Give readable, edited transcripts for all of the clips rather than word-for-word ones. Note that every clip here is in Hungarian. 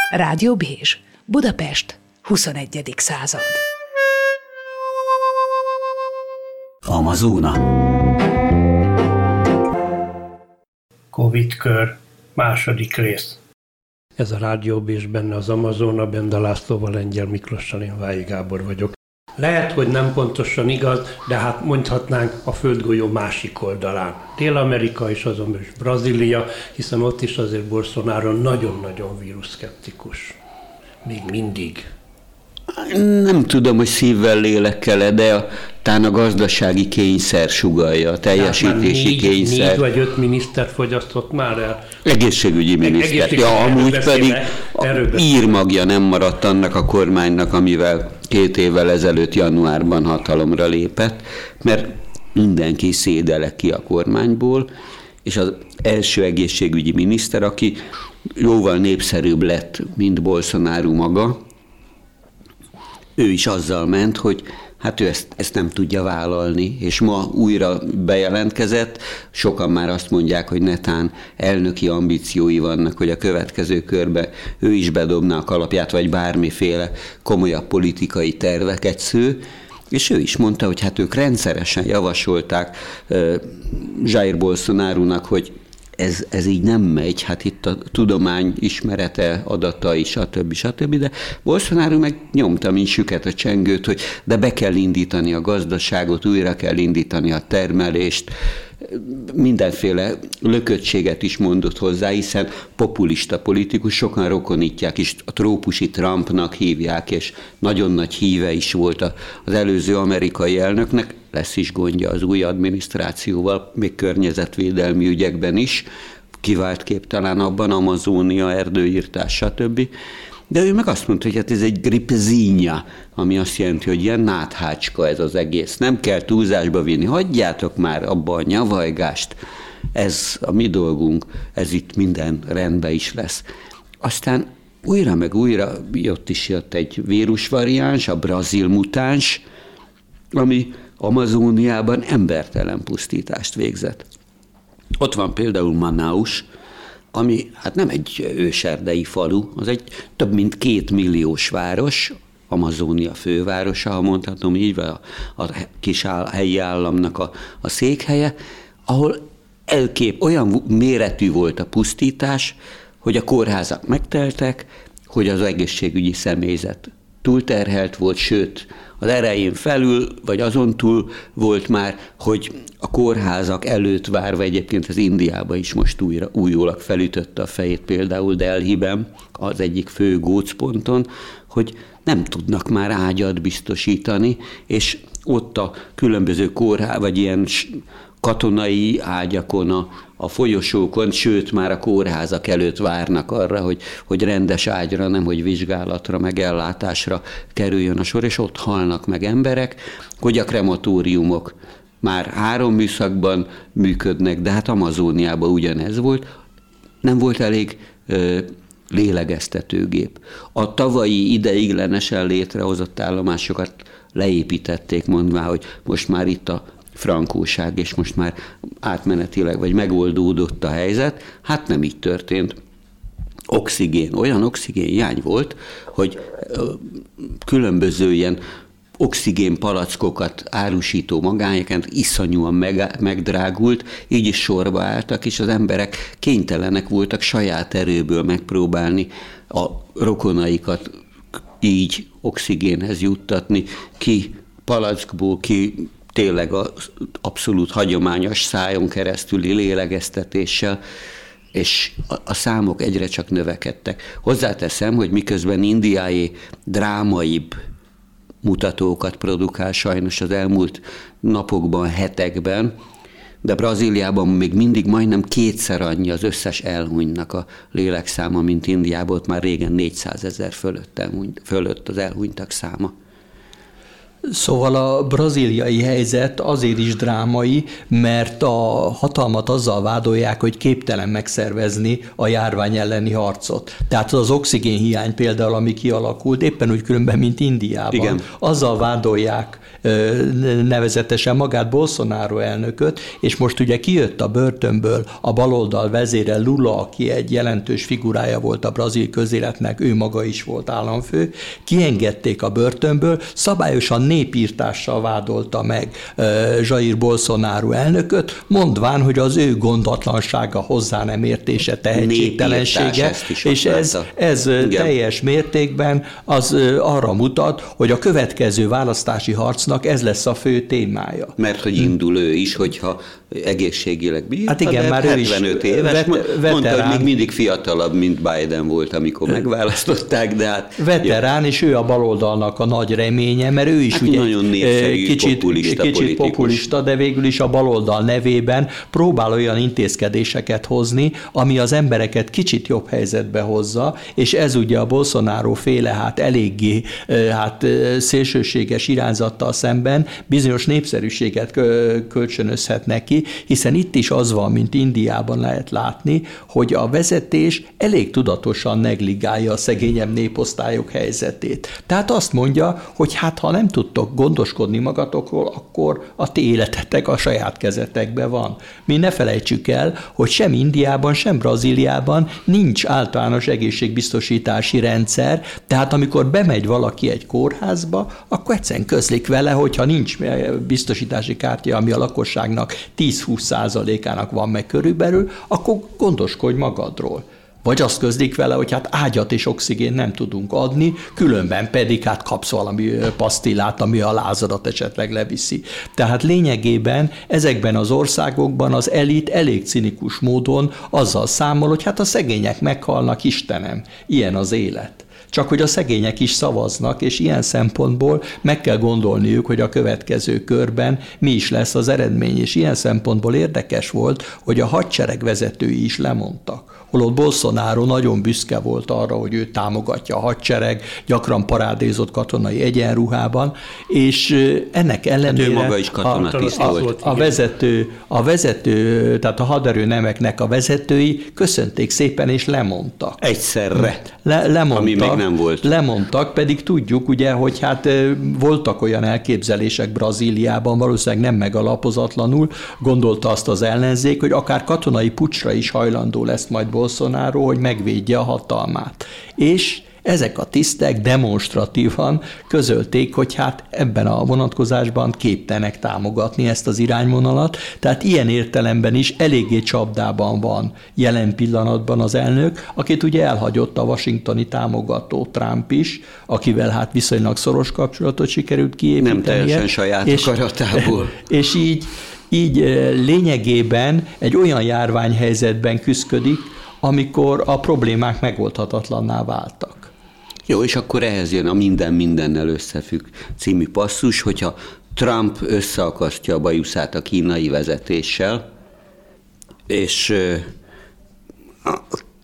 Rádió Bézs, Budapest, 21. század. Amazóna. Covid-kör, második rész. Ez a Rádió Bézs, benne az Amazóna, Benda Lászlóval, Lengyel Miklossal, én Vályi Gábor vagyok. Lehet, hogy nem pontosan igaz, de hát mondhatnánk a földgolyó másik oldalán. Dél-Amerika és azon is Brazília, hiszen ott is azért Bolsonaro nagyon-nagyon vírusszkeptikus. Még mindig. Nem tudom, hogy szívvel, lélekkel, de talán a gazdasági kényszer sugallja, a teljesítési kényszer. 4 vagy 5 miniszter fogyasztott már el. Egészségügyi miniszter. Amúgy pedig írmagja nem maradt annak a kormánynak, amivel 2 évvel ezelőtt januárban hatalomra lépett, mert mindenki szédele ki a kormányból, és az első egészségügyi miniszter, aki jóval népszerűbb lett, mint Bolsonaro maga, ő is azzal ment, hogy hát ő ezt nem tudja vállalni, és ma újra bejelentkezett. Sokan már azt mondják, hogy netán elnöki ambíciói vannak, hogy a következő körbe ő is bedobná a kalapját, vagy bármiféle komolyabb politikai terveket sző, és ő is mondta, hogy hát ők rendszeresen javasolták Jair Bolsonarónak, hogy ez így nem megy, hát itt a tudomány ismerete, adatai, stb. De Bolsonaro meg nyomta, mint süket a csengőt, hogy de be kell indítani a gazdaságot, újra kell indítani a termelést, mindenféle lököttséget is mondott hozzá, hiszen populista politikus, sokan rokonítják is, a trópusi Trumpnak hívják, és nagyon nagy híve is volt az előző amerikai elnöknek, lesz is gondja az új adminisztrációval, még környezetvédelmi ügyekben is, kivált kép talán abban, Amazónia, erdőírtás, stb. De ő meg azt mondta, hogy hát ez egy gripezinja, ami azt jelenti, hogy ilyen náthácska ez az egész. Nem kell túlzásba vinni, hagyjátok már abba a nyavajgást, ez a mi dolgunk, ez itt minden rendben is lesz. Aztán újra meg újra jött egy vírusvariáns, a brazil mutáns, ami Amazóniában embertelen pusztítást végzett. Ott van például Manaus, ami hát nem egy őserdei falu, az egy több mint 2 milliós város, Amazónia fővárosa, ha mondhatom így, vagy a kis helyi államnak a székhelye, ahol olyan méretű volt a pusztítás, hogy a kórházak megteltek, hogy az egészségügyi személyzet túlterhelt volt, sőt, az erején felül, vagy azon túl volt már, hogy a kórházak előtt várva, egyébként az Indiában is most újólag felütötte a fejét, például Delhiben, az egyik fő gócponton, hogy nem tudnak már ágyat biztosítani, és ott a különböző kórház, vagy ilyen katonai ágyakon, a folyosókon, sőt már a kórházak előtt várnak arra, hogy rendes ágyra, nem hogy vizsgálatra, meg ellátásra kerüljön a sor, és ott halnak meg emberek, hogy a krematóriumok már 3 műszakban működnek, de hát Amazóniában ugyanez volt, nem volt elég lélegeztetőgép. A tavalyi ideiglenesen létrehozott állomásokat leépítették, mondván, hogy most már itt a frankóság, és most már átmenetileg, vagy megoldódott a helyzet. Hát nem így történt. Olyan oxigénhiány volt, hogy különböző ilyen oxigénpalackokat árusító magányeket iszonyúan megdrágult, így is sorba álltak, és az emberek kénytelenek voltak saját erőből megpróbálni a rokonaikat így oxigénhez juttatni, ki palackból, ki tényleg az abszolút hagyományos szájon keresztüli lélegeztetéssel, és a számok egyre csak növekedtek. Hozzáteszem, hogy miközben Indiáé drámaibb mutatókat produkál sajnos az elmúlt napokban, hetekben, de Brazíliában még mindig majdnem 2-szer annyi az összes elhunytnak a lélekszáma, mint Indiában, ott már régen 400 000 fölött az elhunytak száma. Szóval a brazíliai helyzet azért is drámai, mert a hatalmat azzal vádolják, hogy képtelen megszervezni a járvány elleni harcot. Tehát az oxigénhiány például, ami kialakult, éppen úgy különben, mint Indiában. Igen. Azzal vádolják nevezetesen magát Bolsonaro elnököt, és most ugye kijött a börtönből a baloldal vezére Lula, aki egy jelentős figurája volt a brazil közéletnek, ő maga is volt államfő, kiengedték a börtönből, szabályosan népírtással vádolta meg Jair Bolsonaro elnököt, mondván, hogy az ő gondatlansága, hozzá nem értése, tehetségtelensége, és ez teljes mértékben az arra mutat, hogy a következő választási harcnak ez lesz a fő témája. Mert hogy indul ő is, hogyha egészségileg bírta, hát igen, már 75 ő is éves, mondta, hogy még mindig fiatalabb, mint Biden volt, amikor megválasztották, de hát... Veterán, és ő a baloldalnak a nagy reménye, mert ő is hát ugye nagyon népszerű, kicsit populista, de végül is a baloldal nevében próbál olyan intézkedéseket hozni, ami az embereket kicsit jobb helyzetbe hozza, és ez ugye a Bolsonaro féle eléggé szélsőséges irányzattal szemben bizonyos népszerűséget kölcsönözhet neki, hiszen itt is az van, mint Indiában lehet látni, hogy a vezetés elég tudatosan negligálja a szegényebb néposztályok helyzetét. Tehát azt mondja, hogy ha nem tudtok gondoskodni magatokról, akkor a ti életetek a saját kezetekben van. Mi ne felejtsük el, hogy sem Indiában, sem Brazíliában nincs általános egészségbiztosítási rendszer, tehát amikor bemegy valaki egy kórházba, akkor egyszerűen közlik vele, hogyha nincs biztosítási kártya, ami a lakosságnak 10-20%-ának van meg körülbelül, akkor gondoskodj magadról. Vagy azt közlik vele, hogy ágyat és oxigént nem tudunk adni, különben pedig kapsz valami pasztillát, ami a lázadat esetleg leviszi. Tehát lényegében ezekben az országokban az elit elég cinikus módon azzal számol, hogy a szegények meghalnak, Istenem, ilyen az élet. Csak hogy a szegények is szavaznak, és ilyen szempontból meg kell gondolniuk, hogy a következő körben mi is lesz az eredmény, és ilyen szempontból érdekes volt, hogy a hadsereg vezetői is lemondtak. Holott Bolsonaro nagyon büszke volt arra, hogy ő támogatja a hadsereg, gyakran parádézott katonai egyenruhában, és ennek ellenére ő maga is katonatiszt volt. A vezető, tehát a haderő nemeknek a vezetői köszönték szépen, és lemondtak. Egyszerre. Lemondtak, ami még nem volt. Lemondtak, pedig tudjuk ugye, hogy voltak olyan elképzelések Brazíliában, valószínűleg nem megalapozatlanul, gondolta azt az ellenzék, hogy akár katonai puccsra is hajlandó lesz majd Bolsonaro, hogy megvédje a hatalmát. És ezek a tisztek demonstratívan közölték, hogy ebben a vonatkozásban képtelenek támogatni ezt az irányvonalat, tehát ilyen értelemben is eléggé csapdában van jelen pillanatban az elnök, akit ugye elhagyott a washingtoni támogató Trump is, akivel viszonylag szoros kapcsolatot sikerült kiépítenie. Nem teljesen saját akaratából. És így lényegében egy olyan járványhelyzetben küszködik, amikor a problémák megoldhatatlanná váltak. Jó, és akkor ehhez jön a Minden mindennel összefügg című passzus, hogyha Trump összeakasztja a bajuszát a kínai vezetéssel, és a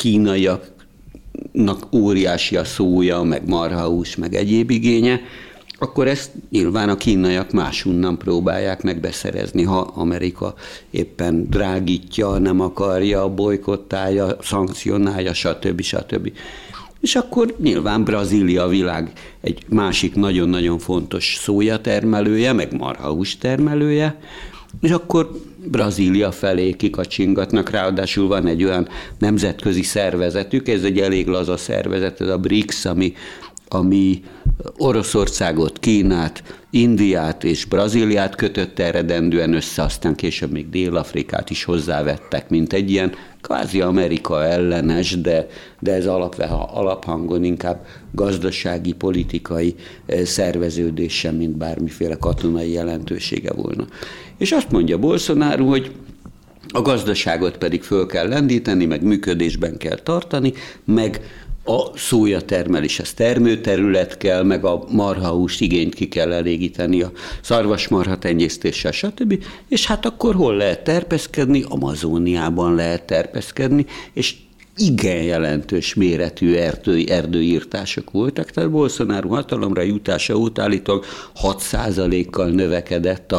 kínaiaknak óriási a szója, meg marhahús, meg egyéb igénye, akkor ezt nyilván a kínaiak máshonnan próbálják megbeszerezni, ha Amerika éppen drágítja, nem akarja, bojkottálja, szankcionálja, stb. És akkor nyilván Brazília a világ egy másik nagyon-nagyon fontos szójatermelője, meg marhahús termelője, és akkor Brazília felé kikacsingatnak, ráadásul van egy olyan nemzetközi szervezetük, ez egy elég laza szervezet, ez a BRICS, ami Oroszországot, Kínát, Indiát és Brazíliát kötötte eredendően össze, aztán később még Dél-Afrikát is hozzávettek, mint egy ilyen kvázi Amerika ellenes, de ez alaphangon inkább gazdasági, politikai szerveződés sem, mint bármiféle katonai jelentősége volna. És azt mondja Bolsonaro, hogy a gazdaságot pedig föl kell lendíteni, meg működésben kell tartani, meg a szójatermelés, ez termőterület kell, meg a marhahús igényt ki kell elégíteni a szarvasmarha tenyésztéssel, stb. És akkor hol lehet terpeszkedni? Amazóniában lehet terpeszkedni, és igen jelentős méretű erdőírtások voltak, tehát Bolsonaro hatalomra jutása óta állítólag 6%-kal növekedett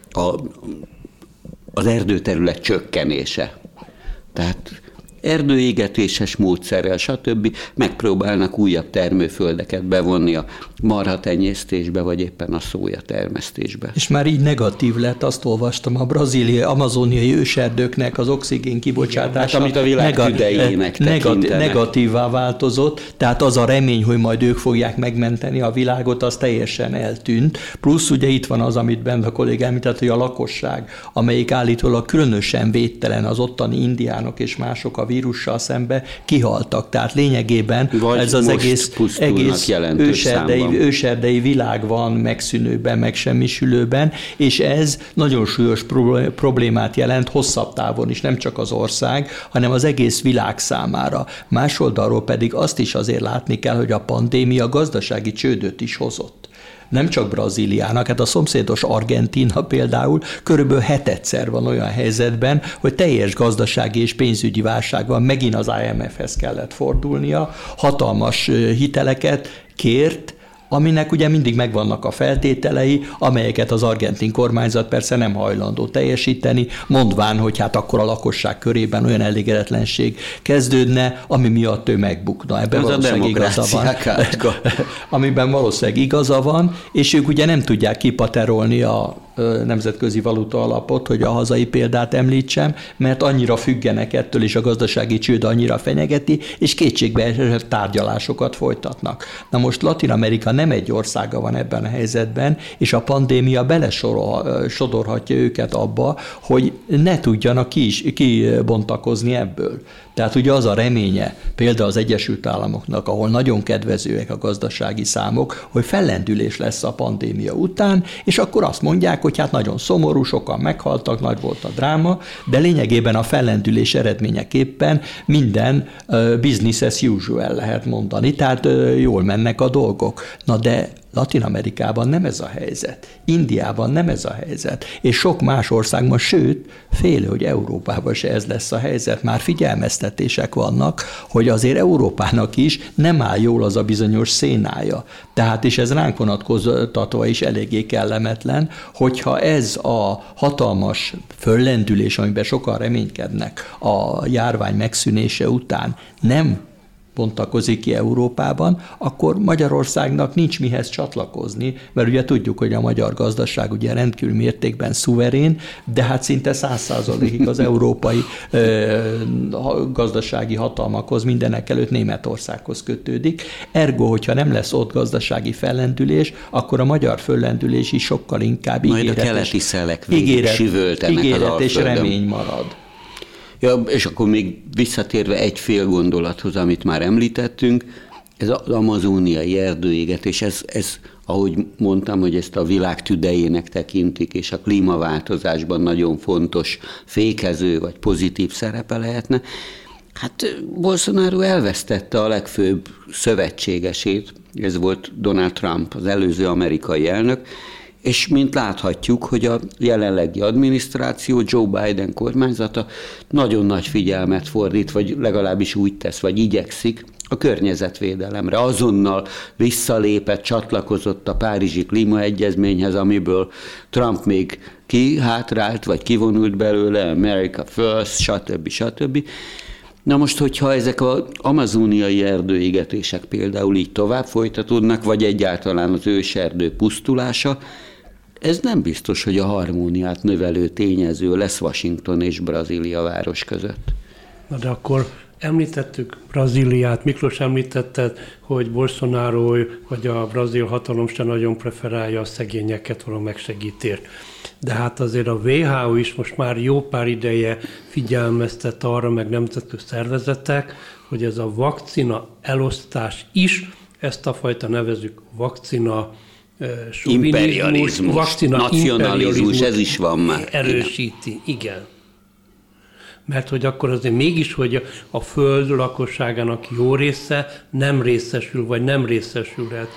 az erdőterület csökkenése. Tehát erdőégetéses módszerrel, stb. Megpróbálnak újabb termőföldeket bevonni a marhatenyésztésbe, vagy éppen a szója termesztésbe. És már így negatív lett, azt olvastam, a brazíliai, amazoniai őserdőknek az oxigén kibocsátása, amit a világ tüdejének negatívvá változott, tehát az a remény, hogy majd ők fogják megmenteni a világot, az teljesen eltűnt. Plusz ugye itt van az, amit bent a kollégám említett, hogy a lakosság, amelyik állítólag különösen védtelen, az ottani indiánok és mások a vírussal szembe kihaltak. Tehát lényegében vagy ez az egész őserdei világ van megszűnőben, megsemmisülőben, és ez nagyon súlyos problémát jelent hosszabb távon is, nem csak az ország, hanem az egész világ számára. Más oldalról pedig azt is azért látni kell, hogy a pandémia gazdasági csődöt is hozott. Nem csak Brazíliának, hát a szomszédos Argentína például körülbelül 7-szer van olyan helyzetben, hogy teljes gazdasági és pénzügyi válság van, megint az IMF-hez kellett fordulnia, hatalmas hiteleket kért, aminek ugye mindig megvannak a feltételei, amelyeket az argentin kormányzat persze nem hajlandó teljesíteni, mondván, hogy hát akkor a lakosság körében olyan elégedetlenség kezdődne, ami miatt ő megbukna. Ebben valószínűleg igaza van. Amiben valószínűleg igaza van, és ők ugye nem tudják kipaterolni a Nemzetközi Valuta Alapot, hogy a hazai példát említsem, mert annyira függenek ettől, és a gazdasági csőd annyira fenyegeti, és kétségbeesett tárgyalásokat folytatnak. Na most Latin-Amerika nem egy országa van ebben a helyzetben, és a pandémia belesodorhatja őket abba, hogy ne tudjanak kibontakozni ebből. Tehát ugye az a reménye, például az Egyesült Államoknak, ahol nagyon kedvezőek a gazdasági számok, hogy fellendülés lesz a pandémia után, és akkor azt mondják, hogy hát nagyon szomorú, sokan meghaltak, nagy volt a dráma, de lényegében a fellendülés eredményeképpen minden business as usual lehet mondani, tehát jól mennek a dolgok. Na de Latin-Amerikában nem ez a helyzet, Indiában nem ez a helyzet, és sok más országban, sőt, félő, hogy Európában se ez lesz a helyzet. Már figyelmeztetések vannak, hogy azért Európának is nem áll jól az a bizonyos szénája. Tehát, és ez ránk vonatkoztatva is eléggé kellemetlen, hogyha ez a hatalmas föllendülés, amiben sokan reménykednek a járvány megszűnése után, nem bontakozik ki Európában, akkor Magyarországnak nincs mihez csatlakozni, mert ugye tudjuk, hogy a magyar gazdaság ugye rendkívül mértékben szuverén, de hát szinte 100%-ig az európai gazdasági hatalmakhoz, mindenek előtt Németországhoz kötődik. Ergo, hogyha nem lesz ott gazdasági fellendülés, akkor a magyar föllendülés is sokkal inkább ígéretes. Majd a keleti szelek végig süvöltenek az Alföldön. És remény marad. Ja, és akkor még visszatérve egy fél gondolathoz, amit már említettünk, ez az amazóniai erdőégetés, ez, ahogy mondtam, hogy ezt a világ tüdejének tekintik, és a klímaváltozásban nagyon fontos fékező vagy pozitív szerepe lehetne. Hát Bolsonaro elvesztette a legfőbb szövetségesét, ez volt Donald Trump, az előző amerikai elnök, és mint láthatjuk, hogy a jelenlegi adminisztráció, Joe Biden kormányzata nagyon nagy figyelmet fordít, vagy legalábbis úgy tesz, vagy igyekszik a környezetvédelemre. Azonnal visszalépett, csatlakozott a Párizsi Klímaegyezményhez, amiből Trump még kihátrált, vagy kivonult belőle, America First, stb. Na most, hogyha ezek az amazóniai erdőégetések például így tovább folytatódnak, vagy egyáltalán az őserdő pusztulása, ez nem biztos, hogy a harmóniát növelő tényező lesz Washington és Brazília város között. Na de akkor említettük Brazíliát, Miklós említetted, hogy Bolsonaro vagy a brazil hatalom se nagyon preferálja a szegényeket való megsegítést. De hát azért a WHO is most már jó pár ideje figyelmeztet arra, meg nemzetközi szervezetek, hogy ez a vakcina elosztás is, ezt a fajta nevezzük vakcina imperializmus, vakcina nacionalizmus, ez is van már. Erősíti, igen. Mert hogy akkor azért mégis, hogy a föld lakosságának jó része nem részesül, vagy nem részesülhet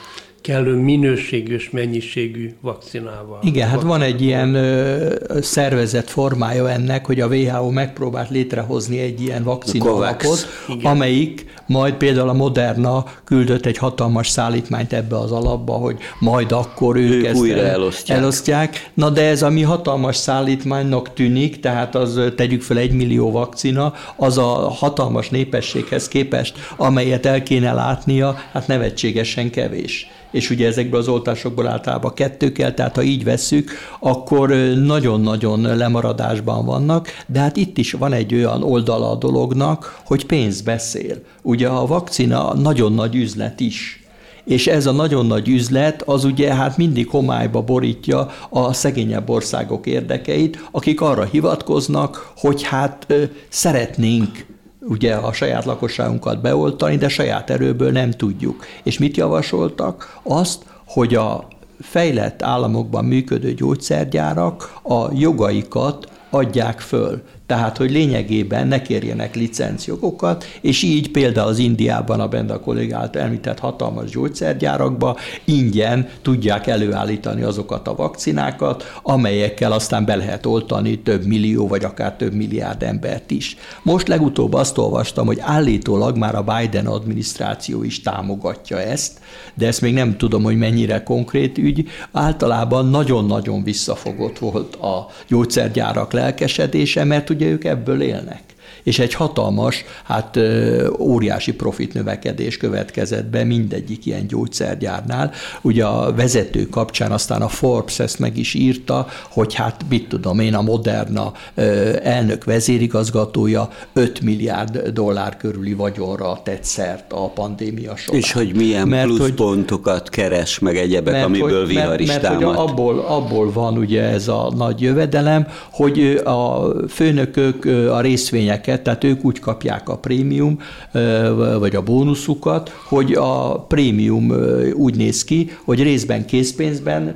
kellő minőségű és mennyiségű vakcinával. Igen, hát van egy ilyen szervezett formája ennek, hogy a WHO megpróbált létrehozni egy ilyen vakcinalapot, amelyik majd például a Moderna küldött egy hatalmas szállítmányt ebbe az alapba, hogy majd akkor ők ezt újra elosztják. Na de ez a mi hatalmas szállítmánynak tűnik, tehát az tegyük fel 1 millió vakcina, az a hatalmas népességhez képest, amelyet el kéne látnia, hát nevetségesen kevés. És ugye ezekből az oltásokból általában 2 kell, tehát ha így vesszük, akkor nagyon-nagyon lemaradásban vannak, de hát itt is van egy olyan oldala a dolognak, hogy pénz beszél. Ugye a vakcina nagyon nagy üzlet is. És ez a nagyon nagy üzlet, az ugye hát mindig homályba borítja a szegényebb országok érdekeit, akik arra hivatkoznak, hogy hát szeretnénk ugye a saját lakosságunkat beoltani, de saját erőből nem tudjuk. És mit javasoltak? Azt, hogy a fejlett államokban működő gyógyszergyárak a jogaikat adják föl. Tehát, hogy lényegében ne kérjenek licencjogokat, és így például az Indiában a Benda kollégát említett hatalmas gyógyszergyárakba ingyen tudják előállítani azokat a vakcinákat, amelyekkel aztán be lehet oltani több millió, vagy akár több milliárd embert is. Most legutóbb azt olvastam, hogy állítólag már a Biden adminisztráció is támogatja ezt, de ezt még nem tudom, hogy mennyire konkrét ügy. Általában nagyon-nagyon visszafogott volt a gyógyszergyárak lelkesedése, mert ugye ők ebből élnek. És egy hatalmas, hát óriási profit növekedés következett be mindegyik ilyen gyógyszergyárnál. Ugye a vezető kapcsán aztán a Forbes ezt meg is írta, hogy hát mit tudom én, a Moderna elnök vezérigazgatója $5 milliárd körüli vagyonra tett szert a pandémia során. És hogy milyen pluszpontokat keres, meg egyebek, amiből vihar is támad. Mert abból van ugye ez a nagy jövedelem, hogy a főnökök a részvényeket, tehát ők úgy kapják a prémium, vagy a bónuszukat, hogy a prémium úgy néz ki, hogy részben készpénzben,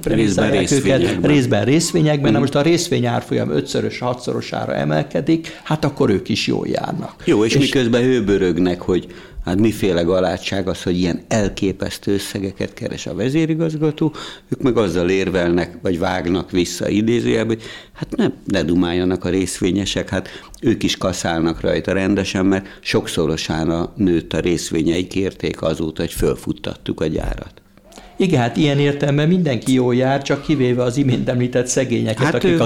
részben részvényekben, na most a részvény árfolyam 5-szörös, 6-szorosára emelkedik, hát akkor ők is jól járnak. Jó, és miközben hőbörögnek, hogy hát miféle galátság az, hogy ilyen elképesztő összegeket keres a vezérigazgató, ők meg azzal érvelnek, vagy vágnak vissza idézőjelbe, hogy hát ne dumáljanak a részvényesek, hát ők is kaszálnak rajta rendesen, mert sokszorosára nőtt a részvényeik értéke azóta, hogy fölfuttattuk a gyárat. Igen, hát ilyen értelemben mindenki jól jár, csak kivéve az imént említett szegényeket, hát akik a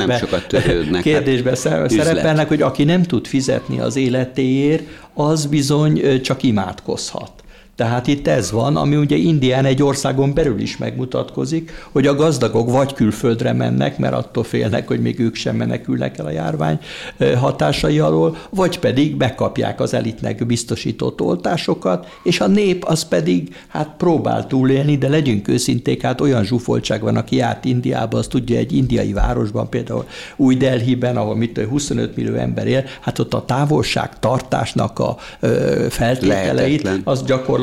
kérdésben szerepelnek, hogy aki nem tud fizetni az életéért, az bizony csak imádkozhat. Tehát itt ez van, ami ugye Indián egy országon belül is megmutatkozik, hogy a gazdagok vagy külföldre mennek, mert attól félnek, hogy még ők sem menekülnek el a járvány hatásai alól, vagy pedig bekapják az elitnek biztosított oltásokat, és a nép az pedig hát próbál túlélni, de legyünk őszinték, hát olyan zsúfoltság van, aki járt Indiába, az tudja, egy indiai városban, például Új Delhiben, ahol 25 millió ember él, hát ott a távolságtartásnak a feltételeit, az gyakorlatilag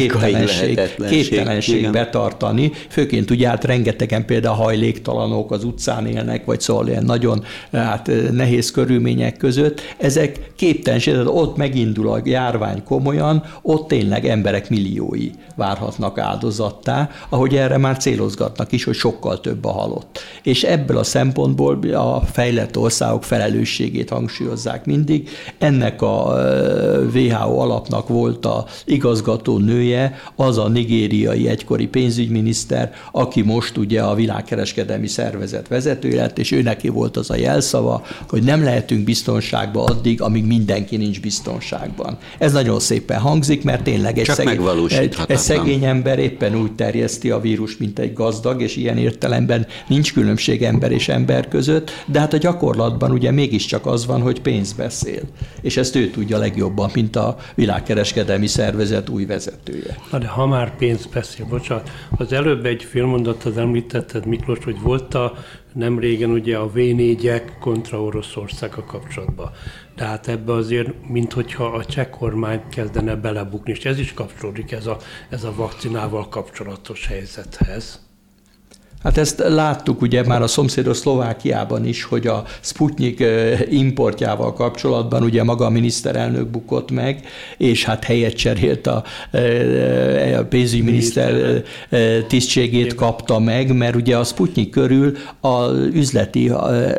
képtelenség betartani, főként ugye hát rengetegen például hajléktalanok az utcán élnek, vagy szóval ilyen nagyon hát, nehéz körülmények között, ezek képtelenség, ott megindul a járvány komolyan, ott tényleg emberek milliói várhatnak áldozattá, ahogy erre már célozgatnak is, hogy sokkal több a halott. És ebből a szempontból a fejlett országok felelősségét hangsúlyozzák mindig. Ennek a WHO alapnak volt a igazgató nője, az a nigériai egykori pénzügyminiszter, aki most ugye a Világkereskedelmi Szervezet vezetője lett, és ő neki volt az a jelszava, hogy nem lehetünk biztonságban addig, amíg mindenki nincs biztonságban. Ez nagyon szépen hangzik, mert tényleg egy szegény ember éppen úgy terjeszti a vírust, mint egy gazdag, és ilyen értelemben nincs különbség ember és ember között, de hát a gyakorlatban ugye mégiscsak az van, hogy pénz beszél. És ezt ő tudja legjobban, mint a Világkereskedelmi Szervezet új vezetője. Na de ha már pénz beszél, bocsánat, az előbb egy félmondatot említetted, Miklós, hogy volt nem régen ugye a V4-ek kontra Oroszország a kapcsolatban. Tehát ebbe azért, minthogyha a cseh kormány kezdene belebukni, és ez is kapcsolódik ez a vakcinával kapcsolatos helyzethez. Hát ezt láttuk ugye már a szomszédos Szlovákiában is, hogy a Sputnik importjával kapcsolatban ugye maga a miniszterelnök bukott meg, és hát helyet cserélt a pénzügyminiszter tisztségét kapta meg, mert ugye a Sputnik körül az üzleti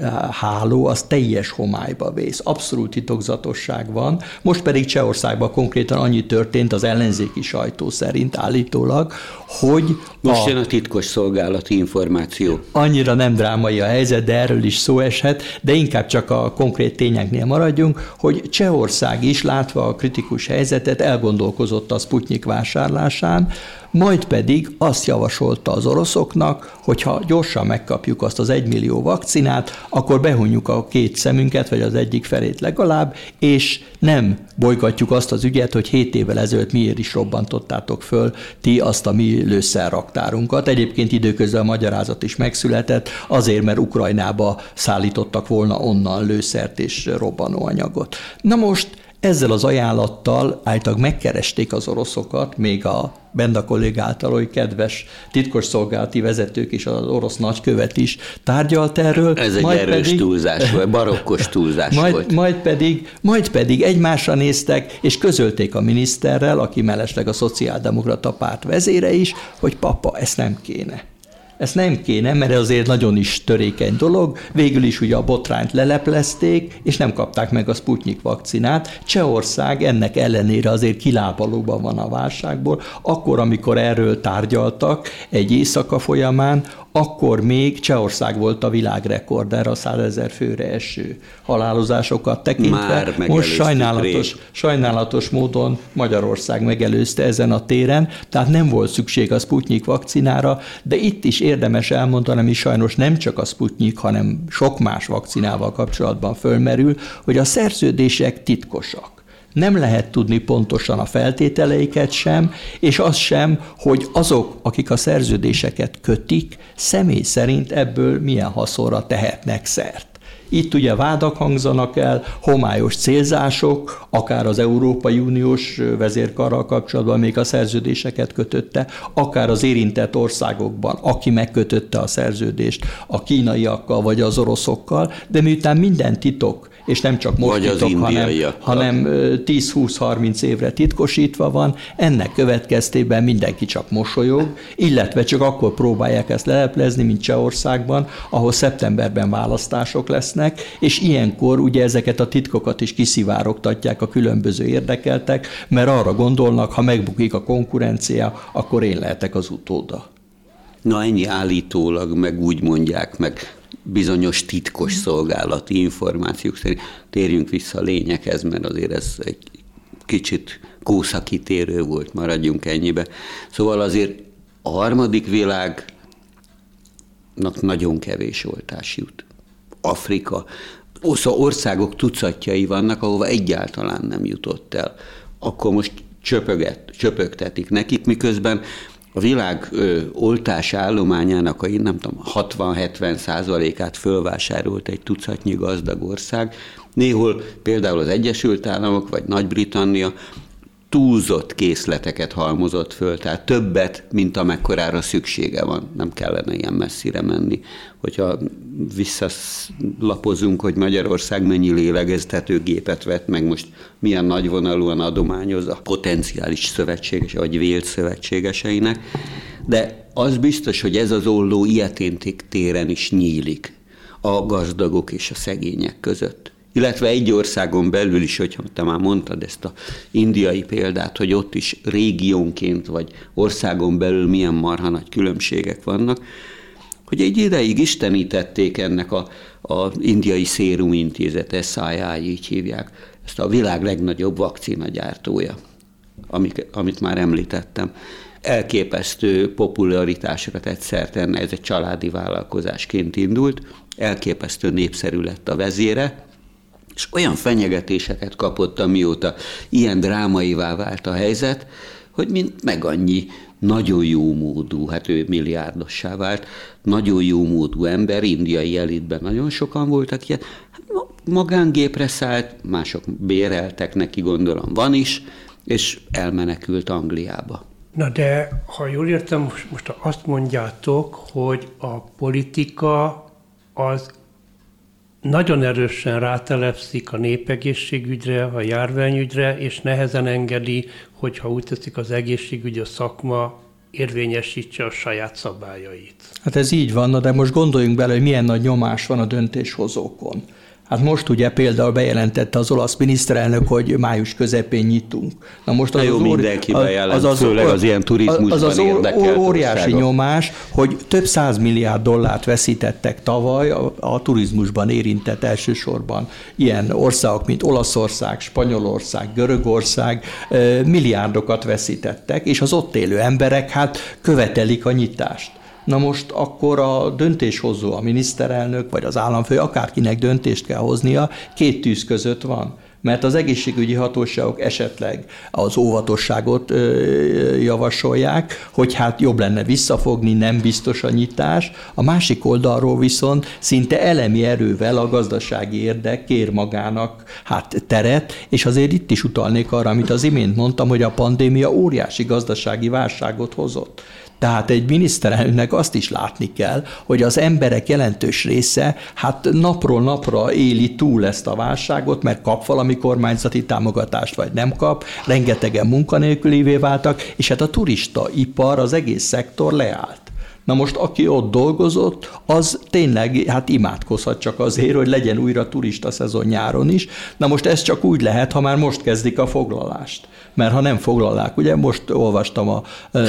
háló az teljes homályba vész. Abszolút titokzatosság van. Most pedig Csehországban konkrétan annyi történt az ellenzéki sajtó szerint állítólag, hogy most jön a titkos szolgálati információ. Annyira nem drámai a helyzet, de erről is szó eshet, de inkább csak a konkrét tényeknél maradjunk, hogy Csehország is látva a kritikus helyzetet elgondolkozott a Sputnik vásárlásán, majd pedig azt javasolta az oroszoknak, hogy ha gyorsan megkapjuk azt az 1 millió vakcinát, akkor behunjuk a 2 szemünket, vagy az egyik felét legalább, és nem bolygatjuk azt az ügyet, hogy 7 évvel ezelőtt miért is robbantottátok föl ti azt a mi lőszerraktárunkat. Egyébként időközben a magyarázat is megszületett, azért, mert Ukrajnába szállítottak volna onnan lőszert és robbanóanyagot. Na most ezzel az ajánlattal állítólag megkeresték az oroszokat, még a Benda kollég által oly kedves titkosszolgálati vezetők és az orosz nagykövet is tárgyalt erről. Ez egy erős túlzás volt, barokkos túlzás volt. Majd pedig egymásra néztek, és közölték a miniszterrel, aki mellesleg a szociáldemokrata párt vezére is, hogy papa, ezt nem kéne. Ezt nem kéne, mert azért nagyon is törékeny dolog. Végül is ugye a botrányt leleplezték, és nem kapták meg a Sputnik vakcinát. Csehország ennek ellenére azért kilábalóban van a válságból. Akkor, amikor erről tárgyaltak egy éjszaka folyamán, akkor még Csehország volt a világrekorder a 100 000 főre eső halálozásokat tekintve. Most sajnálatos módon Magyarország megelőzte ezen a téren, tehát nem volt szükség a Sputnik vakcinára, de itt is érdemes elmondani, ami sajnos nem csak a Sputnik, hanem sok más vakcinával kapcsolatban fölmerül, hogy a szerződések titkosak. Nem lehet tudni pontosan a feltételeiket sem, és az sem, hogy azok, akik a szerződéseket kötik, személy szerint ebből milyen haszonra tehetnek szert. Itt ugye vádak hangzanak el, homályos célzások, akár az Európai Uniós vezérkarral kapcsolatban még a szerződéseket kötötte, akár az érintett országokban, aki megkötötte a szerződést a kínaiakkal vagy az oroszokkal, de miután minden titok, és nem csak most titok, hanem 10-20-30 évre titkosítva van, ennek következtében mindenki csak mosolyog, illetve csak akkor próbálják ezt leleplezni, mint Csehországban, ahol szeptemberben választások lesznek, és ilyenkor ugye ezeket a titkokat is kiszivárogtatják a különböző érdekeltek, mert arra gondolnak, ha megbukik a konkurencia, akkor én lehetek az utóda. Na ennyi állítólag, meg úgy mondják, meg bizonyos titkos szolgálati információk szerint. Térjünk vissza a lényeghez, mert azért ez egy kicsit kószakitérő volt, maradjunk ennyibe. Szóval azért a harmadik világnak nagyon kevés oltás jut. Afrika, országok tucatjai vannak, ahova egyáltalán nem jutott el. Akkor most csöpögtetik nekik, miközben a világ oltás állományának a 60-70%-át fölvásárolt egy tucatnyi gazdag ország. Néhol például az Egyesült Államok vagy Nagy-Britannia túlzott készleteket halmozott föl, tehát többet, mint amekkorára szüksége van. Nem kellene ilyen messzire menni. Hogyha visszalapozunk, hogy Magyarország mennyi lélegeztetőgépet vett meg, most milyen nagyvonalúan adományoz a potenciális szövetséges, vagy vélt szövetségeseinek, de az biztos, hogy ez az olló ilyeténtik téren is nyílik a gazdagok és a szegények között. Illetve egy országon belül is, hogyha te már mondtad ezt az indiai példát, hogy ott is régiónként vagy országon belül milyen marha nagy különbségek vannak, hogy egy ideig istenítették ennek az indiai szérumintézet, SII, így hívják, ezt a világ legnagyobb vakcinagyártója, amit már említettem. Elképesztő popularitásra tett szert ennek, ez egy családi vállalkozásként indult, elképesztő népszerű lett a vezére, és olyan fenyegetéseket kapott, amióta ilyen drámaivá vált a helyzet, hogy mint meg annyi nagyon jó módú, hát ő milliárdossá vált, nagyon jó módú ember, indiai elitben nagyon sokan voltak ilyen, magángépre szállt, mások béreltek neki, gondolom van is, és elmenekült Angliába. Na de, ha jól értem, most azt mondjátok, hogy a politika az nagyon erősen rátelepszik a népegészségügyre, a járványügyre, és nehezen engedi, hogyha úgy teszik, az egészségügy, a szakma érvényesítse a saját szabályait. Hát ez így van, de most gondoljunk bele, hogy milyen nagy nyomás van a döntéshozókon. Hát most ugye például bejelentette az olasz miniszterelnök, hogy május közepén nyitunk. Na most az mindenki bejelent, főleg az ilyen turizmusban érdekelt óriási országok. Nyomás, hogy több 100 milliárd dollárt veszítettek tavaly a turizmusban érintett elsősorban ilyen országok, mint Olaszország, Spanyolország, Görögország milliárdokat veszítettek, és az ott élő emberek hát követelik a nyitást. Na most akkor a döntéshozó, a miniszterelnök, vagy az államfő, akárkinek döntést kell hoznia, két tűz között van. Mert az egészségügyi hatóságok esetleg az óvatosságot javasolják, hogy hát jobb lenne visszafogni, nem biztos a nyitás. A másik oldalról viszont szinte elemi erővel a gazdasági érdek kér magának hát teret, és azért itt is utalnék arra, amit az imént mondtam, hogy a pandémia óriási gazdasági válságot hozott. Tehát egy miniszterelnöknek azt is látni kell, hogy az emberek jelentős része hát napról napra éli túl ezt a válságot, mert kap valami kormányzati támogatást, vagy nem kap, rengetegen munkanélkülivé váltak, és hát a turistaipar, az egész szektor leállt. Na most, aki ott dolgozott, az tényleg hát imádkozhat csak azért, hogy legyen újra turista szezon nyáron is. Na most ez csak úgy lehet, ha már most kezdik a foglalást. Mert ha nem foglalják, ugye most olvastam a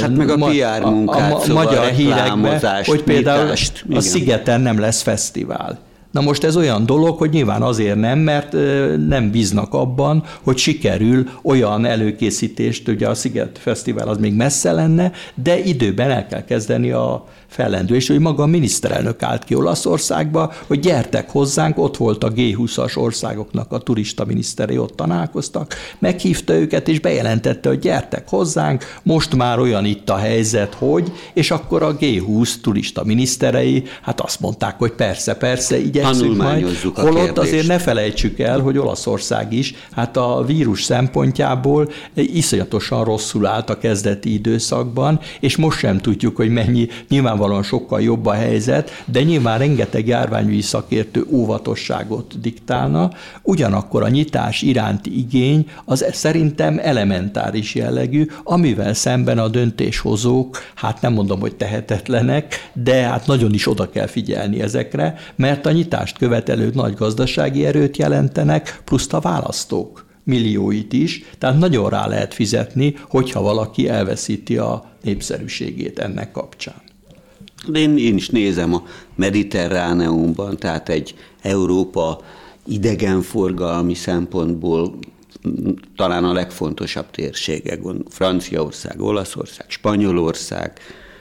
PR munkát, szóval magyar hírekben, hogy például nyitást, a Szigeten nem lesz fesztivál. Na most ez olyan dolog, hogy nyilván azért nem, mert nem bíznak abban, hogy sikerül olyan előkészítést, ugye a Sziget Fesztivál az még messze lenne, de időben el kell kezdeni a fellendülést, hogy maga a miniszterelnök állt ki Olaszországba, hogy gyertek hozzánk, ott volt a G20-as országoknak a turista miniszterei, ott találkoztak, meghívta őket, és bejelentette, hogy gyertek hozzánk, most már olyan itt a helyzet, hogy, és akkor a G20 turista miniszterei, hát azt mondták, hogy persze, igyekszünk majd, holott azért ne felejtsük el, hogy Olaszország is, hát a vírus szempontjából iszonyatosan rosszul állt a kezdeti időszakban, és most sem tudjuk, hogy mennyi, nyilvánvalóan sokkal jobb a helyzet, de nyilván rengeteg járványügyi szakértő óvatosságot diktálna, ugyanakkor a nyitás iránti igény az szerintem elementáris jellegű, amivel szemben a döntéshozók, hát nem mondom, hogy tehetetlenek, de hát nagyon is oda kell figyelni ezekre, mert a nyitást követelők nagy gazdasági erőt jelentenek, plusz a választók millióit is, tehát nagyon rá lehet fizetni, hogyha valaki elveszíti a népszerűségét ennek kapcsán. Én is nézem a Mediterráneumban, tehát egy Európa idegenforgalmi szempontból talán a legfontosabb térsége, Franciaország, Olaszország, Spanyolország,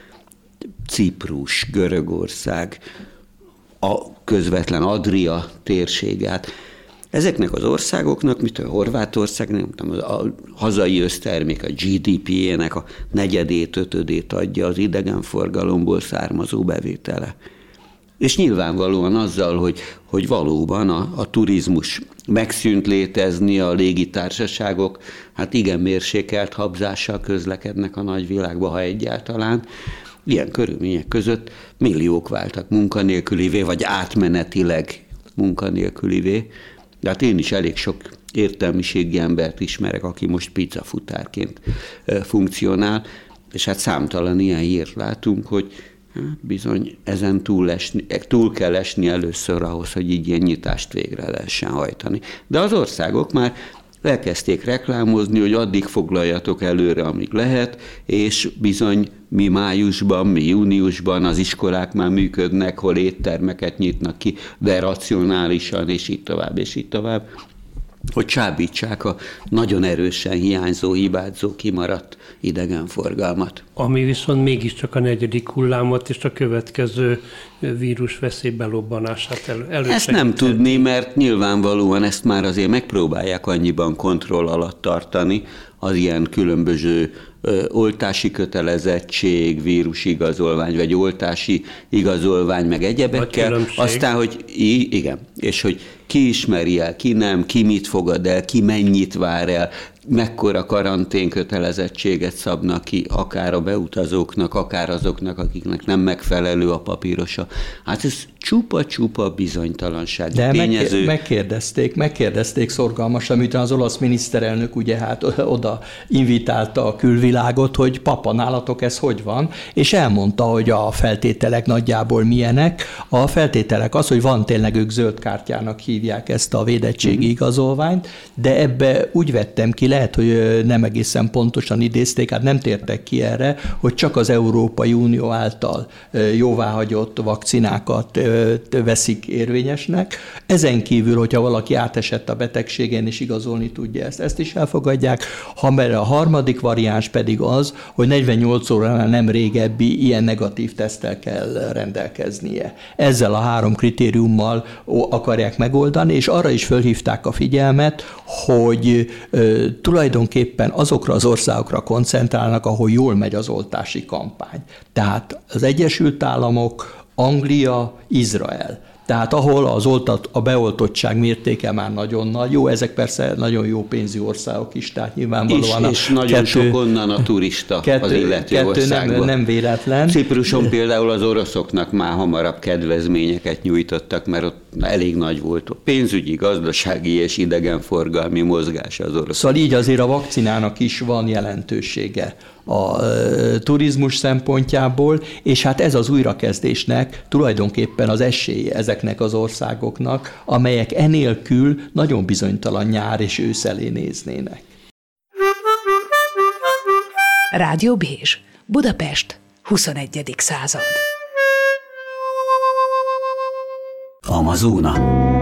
Ciprus, Görögország, a közvetlen Adria térséget. Ezeknek az országoknak, mint a Horvátország, a hazai össztermék, a GDP-jének a 4/5 adja az idegenforgalomból származó bevétele. És nyilvánvalóan azzal, hogy valóban a turizmus megszűnt létezni, a légitársaságok hát igen mérsékelt habzással közlekednek a nagyvilágba, ha egyáltalán. Ilyen körülmények között milliók váltak munkanélkülivé, vagy átmenetileg munkanélkülivé. De hát én is elég sok értelmiségi embert ismerek, aki most pizzafutárként funkcionál, és hát számtalan ilyen hírt látunk, hogy bizony ezen túl kell esni először ahhoz, hogy így ilyen nyitást végre lehessen hajtani. De az országok már elkezdték reklámozni, hogy addig foglaljatok előre, amíg lehet, és bizony mi májusban, mi júniusban az iskolák már működnek, hol éttermeket nyitnak ki, de racionálisan, és így tovább, hogy csábítsák a nagyon erősen hiányzó, hibázó, kimaradt idegenforgalmat. Ami viszont mégiscsak a 4. hullámot és a következő vírus veszélybelobbanását elősegíteni. Ezt nem tudni, mert nyilvánvalóan ezt már azért megpróbálják annyiban kontroll alatt tartani, az ilyen különböző oltási kötelezettség, vírusigazolvány, vagy oltási igazolvány, meg egyebekkel. Aztán, hogy igen, és hogy ki ismeri el, ki nem, ki mit fogad el, ki mennyit vár el, mekkora karantén kötelezettséget szabnak ki, akár a beutazóknak, akár azoknak, akiknek nem megfelelő a papírosa. Hát ez csupa-csupa bizonytalanság. De tényező. megkérdezték szorgalmasan, miután az olasz miniszterelnök ugye hát oda invitálta a külvilágot, hogy papa, nálatok ez hogy van, és elmondta, hogy a feltételek nagyjából milyenek. A feltételek az, hogy van tényleg, ők zöld kártyának hívják ezt a védettségi igazolványt, de ebbe úgy vettem ki, lehet, hogy nem egészen pontosan idézték, hát nem tértek ki erre, hogy csak az Európai Unió által jóváhagyott vakcinákat veszik érvényesnek. Ezen kívül, hogyha valaki átesett a betegségen és igazolni tudja ezt is elfogadják. A harmadik variáns pedig az, hogy 48 óránál nem régebbi ilyen negatív teszttel kell rendelkeznie. Ezzel a 3 kritériummal akarják megoldani, és arra is fölhívták a figyelmet, hogy tulajdonképpen azokra az országokra koncentrálnak, ahol jól megy az oltási kampány. Tehát az Egyesült Államok, Anglia, Izrael. Tehát ahol a beoltottság mértéke már nagyon nagy. Jó, ezek persze nagyon jó pénzű országok is, tehát nyilvánvalóan és nagyon sok onnan a turista az illető országban. Nem véletlen. Cipruson például az oroszoknak már hamarabb kedvezményeket nyújtottak, mert ott elég nagy volt a pénzügyi, gazdasági és idegenforgalmi mozgása az oroszok. Szóval így azért a vakcinának is van jelentősége a turizmus szempontjából, és hát ez az újrakezdésnek tulajdonképpen az esélye ezeknek az országoknak, amelyek enélkül nagyon bizonytalan nyár és ősz elé néznének. Rádió Bézs, Budapest, 21. század. Amazóna.